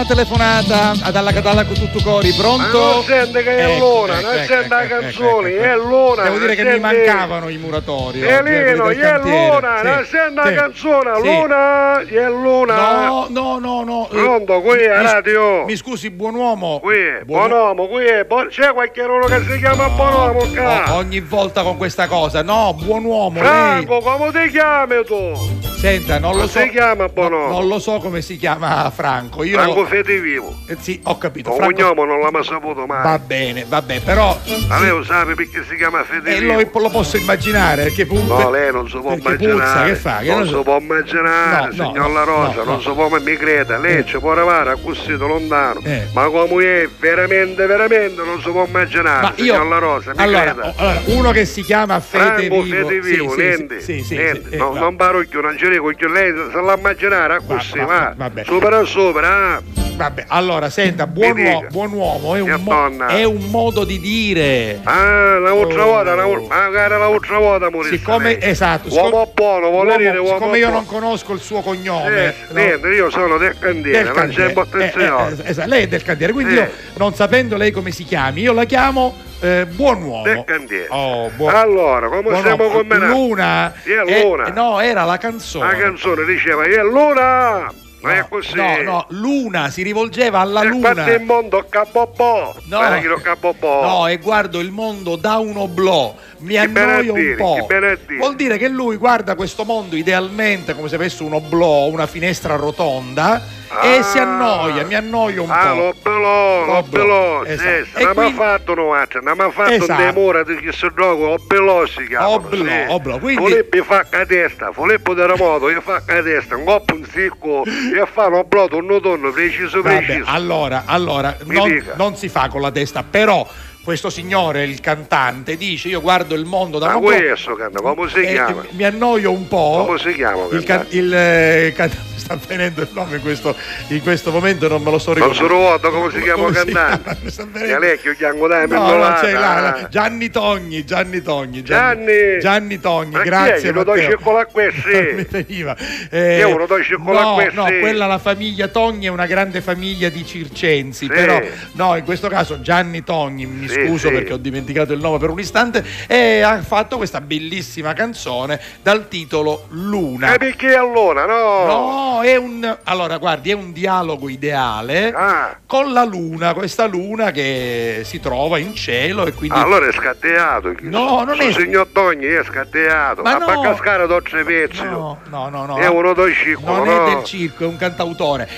telefonata dalla Tuttucori, pronto? Ma non sente che è Luna, non sente la canzone, è Luna. Devo dire che mi mancavano i muratori. Elino, è Luna, non sente la canzone, Luna, è Luna. No. Pronto, qui è radio. Mi scusi, buon uomo. Qui è, buon uomo, qui è, c'è qualche uno che si chiama buon uomo qua? Ogni volta con questa cosa, no, buon uomo. Franco, come ti chiami tu? Senta, non lo so. Si chiama buon uomo? Non lo so come si chiama Franco. Franco Fedivivo. Sì, ho capito. Un cognome non l'ha mai saputo mai. Va bene, però. Ma lei lo sa perché si chiama Fedivivo? Lo posso immaginare, perché no, lei non si può immaginare. Puzza, che fa? Non si può immaginare, signor La Rosa, non si può, mi creda, lei ci può arrivare a così lontano. Ma come è veramente non si può immaginare, signor La Rosa, mi creda. Allora, uno che si chiama Franco Fedivivo, niente. Non parlo più, non ci dico, lei se la immaginare a così, va. Sopra. Vabbè, allora senta, buon uomo è un modo di dire. L'altra volta, magari l'altra volta morisse. Siccome, esatto, uomo buono, vuole dire uomo siccome io non conosco il suo cognome. Niente, io sono del Candiere, non c'è attenzione. Lei è del Candiere, quindi io, non sapendo lei come si chiami, io la chiamo buon uomo. Del Candiere. Allora, come stiamo combinando? Luna. Luna. No, era la canzone. La canzone diceva, è Luna. Ma è così. No, Luna, si rivolgeva alla Luna. Guarda il mondo cabobò. No, e guardo il mondo da un oblò. Mi annoio un po'. Vuol dire che lui guarda questo mondo idealmente come se avesse un oblò, una finestra rotonda. E si annoia, mi annoio un po'. L'oblò, sì, non mi ha fatto un'altra, non mi ha fatto un demora di che si gioca, oblò si chiama. Oblò, quindi. Volebbe fa la testa, volebbe terremoto, io fa la testa, un coppo un sicco, io fa un oblò, torno, preciso. Allora, non si fa con la testa, però. Questo signore, il cantante, dice: io guardo il mondo da un po'. Ma questo canta, come si chiama? Mi annoio un po'. Come si chiama? Sta venendo il nome in questo momento, non me lo so ricordare. Non so ruoto come si chiama cantante. Galecchio, Gianco, dai, Gianni Togni, Gianni Togni, ma grazie. Lo do cioccolato a questi. Mi veniva. Io lo do cioccolato a questi. No, quella la famiglia Togni è una grande famiglia di circensi, però no, in questo caso Gianni Togni, mi scuso perché ho dimenticato il nome per un istante, e ha fatto questa bellissima canzone dal titolo Luna. E perché allora, no, allora guardi, è un dialogo ideale con la luna, questa luna che si trova in cielo e quindi. Allora è scatteato. No, non è. Signor Togni è scatteato. Ma a cascare d'altri pezzi. No. È uno del circo. Non è del circo, è un cantautore.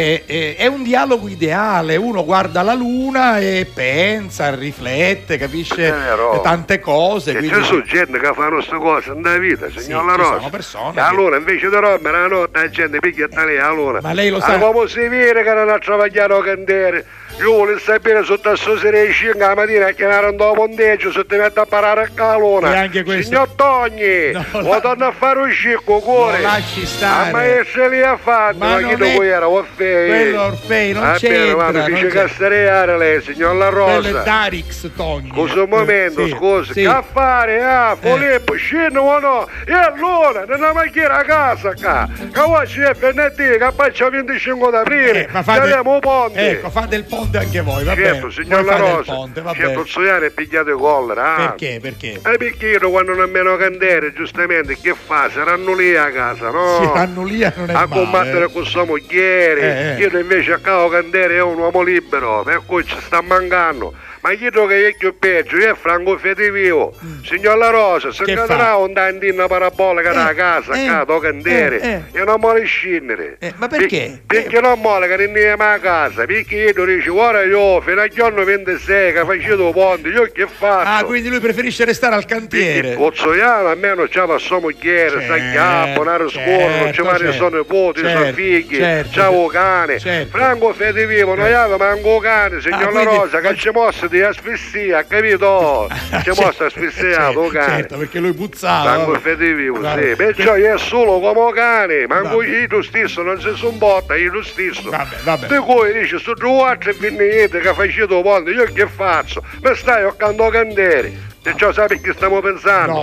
È un dialogo ideale. Uno guarda la luna e pensa, riflette, capisce tante cose. Quindi. C'è su gente che fanno queste cose nella vita, signor La Rosa. Sono persone. Allora, invece di dormire la notte, la gente picchia lì allora. Ma lei lo sa. Come si vede che non ha travagliato a candere? Io volevo sapere sotto a stasera 5 la mattina a chiamare un ponteggio se ti metti a parare a calona. E anche questo. Signor Togni, torno a fare un scicco cuore. Lo lasci stare. Ma che lì ha fatto? Ma chi dopo era? Orfei. Quello Orfei, non c'entra. Ma dice castereare lei, signor La Rosa. Quello è Darix Togni. Scusa un momento, scusa. Che affare? Filippo, scendo o no? E allora, non macchina a casa qua. Che oggi è venerdì, che faccia 25 d'aprile. Saliamo un ponte. Ecco, fate il ponte anche voi, va bene? Certo, signor La Rosa. Certo, Zoiano è pigliato di collera. Perché? Perché io quando non meno candere, giustamente, che fa? Saranno lì a casa, no? Saranno lì non è a combattere con sua moglie. Io invece a cavo candere è un uomo libero, per cui ci sta mancando. Ma chiedo che è più peggio, io è Franco Fedivivo. Signor La Rosa, se cadrà un tantino parabolica da casa, a candere, io non vuole scendere. Ma perché? Perché non vuole che ne a casa? Perché io dice, guarda io, fino al giorno 26 che facevo ponte, io che faccio? Quindi lui preferisce restare al cantiere. Pozzoiano almeno c'ha la sua moglie, sta chiappo, una scuola, ci vanno i suoi nipoti, i suoi figli, c'ha un cane. Franco Fedivivo, noi abbiamo anche un cane, signor La Rosa, che ci mossa di asfissia, capito? Ci mostra asfissiato, cane. Certo, perché lui puzzava. Franco Fedivivo, sì. Perciò io è solo come un cane, ma anche io stesso non si sombotta, io stesso. Vabbè. Di cui dice, su due altre vignette che facevo ponte, io che faccio? Mi stai accanto a candere. Perciò sai che stiamo pensando? No.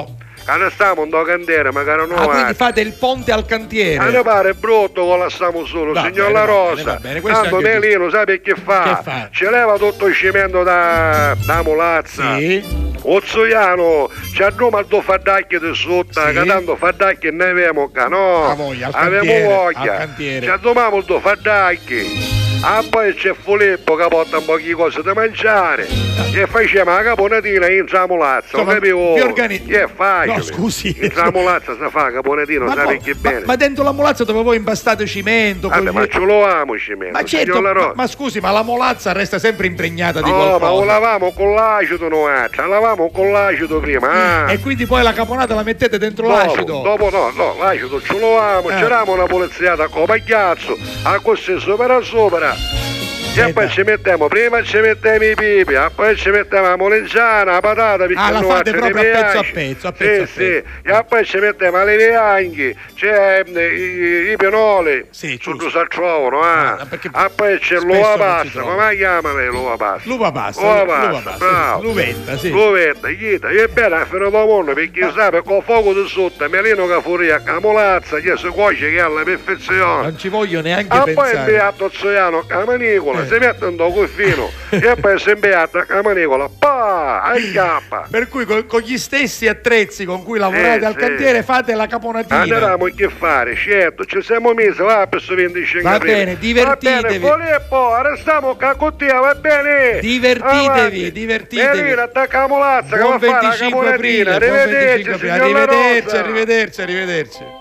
Quando stiamo in cantiere, magari non quindi fate il ponte al cantiere. Ne pare brutto che la stiamo solo, signor La Rosa. Tanto Melino, sai che fa? Ci leva tutto il cemento da mulazza. Sì. Ozzoiano, ci andiamo al tuo faddacchio di sotto, che tanto faddacchio ne avevamo qua, no? Avevamo voglia. Ci andiamo al tuo faddacchio. Poi c'è Filippo che porta un po' di cose da mangiare e facciamo la caponatina in tramolazza, non capivo che è facile. No, scusi, in tramolazza si fa la caponatina, non sai che bene. Ma dentro la molazza dove voi impastate cimento? Ma ce lo amo cimento. Ma certo, ma scusi, ma la molazza resta sempre impregnata di qualcosa. No, ma lo lavamo con l'acido noi, la lavamo con l'acido prima. E quindi poi la caponata la mettete dentro l'acido? Dopo no, l'acido ce lo amo, c'eravamo una poliziata con pagliazzo, a così sopra. E poi ci mettiamo, prima ci mettiamo i pipi, poi ci mettiamo la molengiana, la patata, perché la fate proprio a pezzo. Sì. E poi ci mettiamo le vianghe, c'è i pinoli, tutto si trovano, poi c'è l'uva pasta, come la chiama lei l'uva pasta? L'uva pasta, bravo. L'uvetta, sì. L'uvetta, è bene, fino da mondo, perché sai, con fuoco di sotto, Melino che fuori a camolazza, che si cuoce che è alla perfezione. Non ci voglio neanche pensare. Poi il beato Zoiano, camanicola, si mette un cuffino e poi si imbeata la manicola, acchiappa. Per cui con gli stessi attrezzi con cui lavorate al cantiere fate la caponatina. Andavamo che fare, certo, ci siamo messi là per 25 Va bene, divertitevi. Va bene, Filippo, restiamo con te, va bene? Divertitevi. Melina, attaccamo l'azza, che va a fare la caponatina. Arrivederci.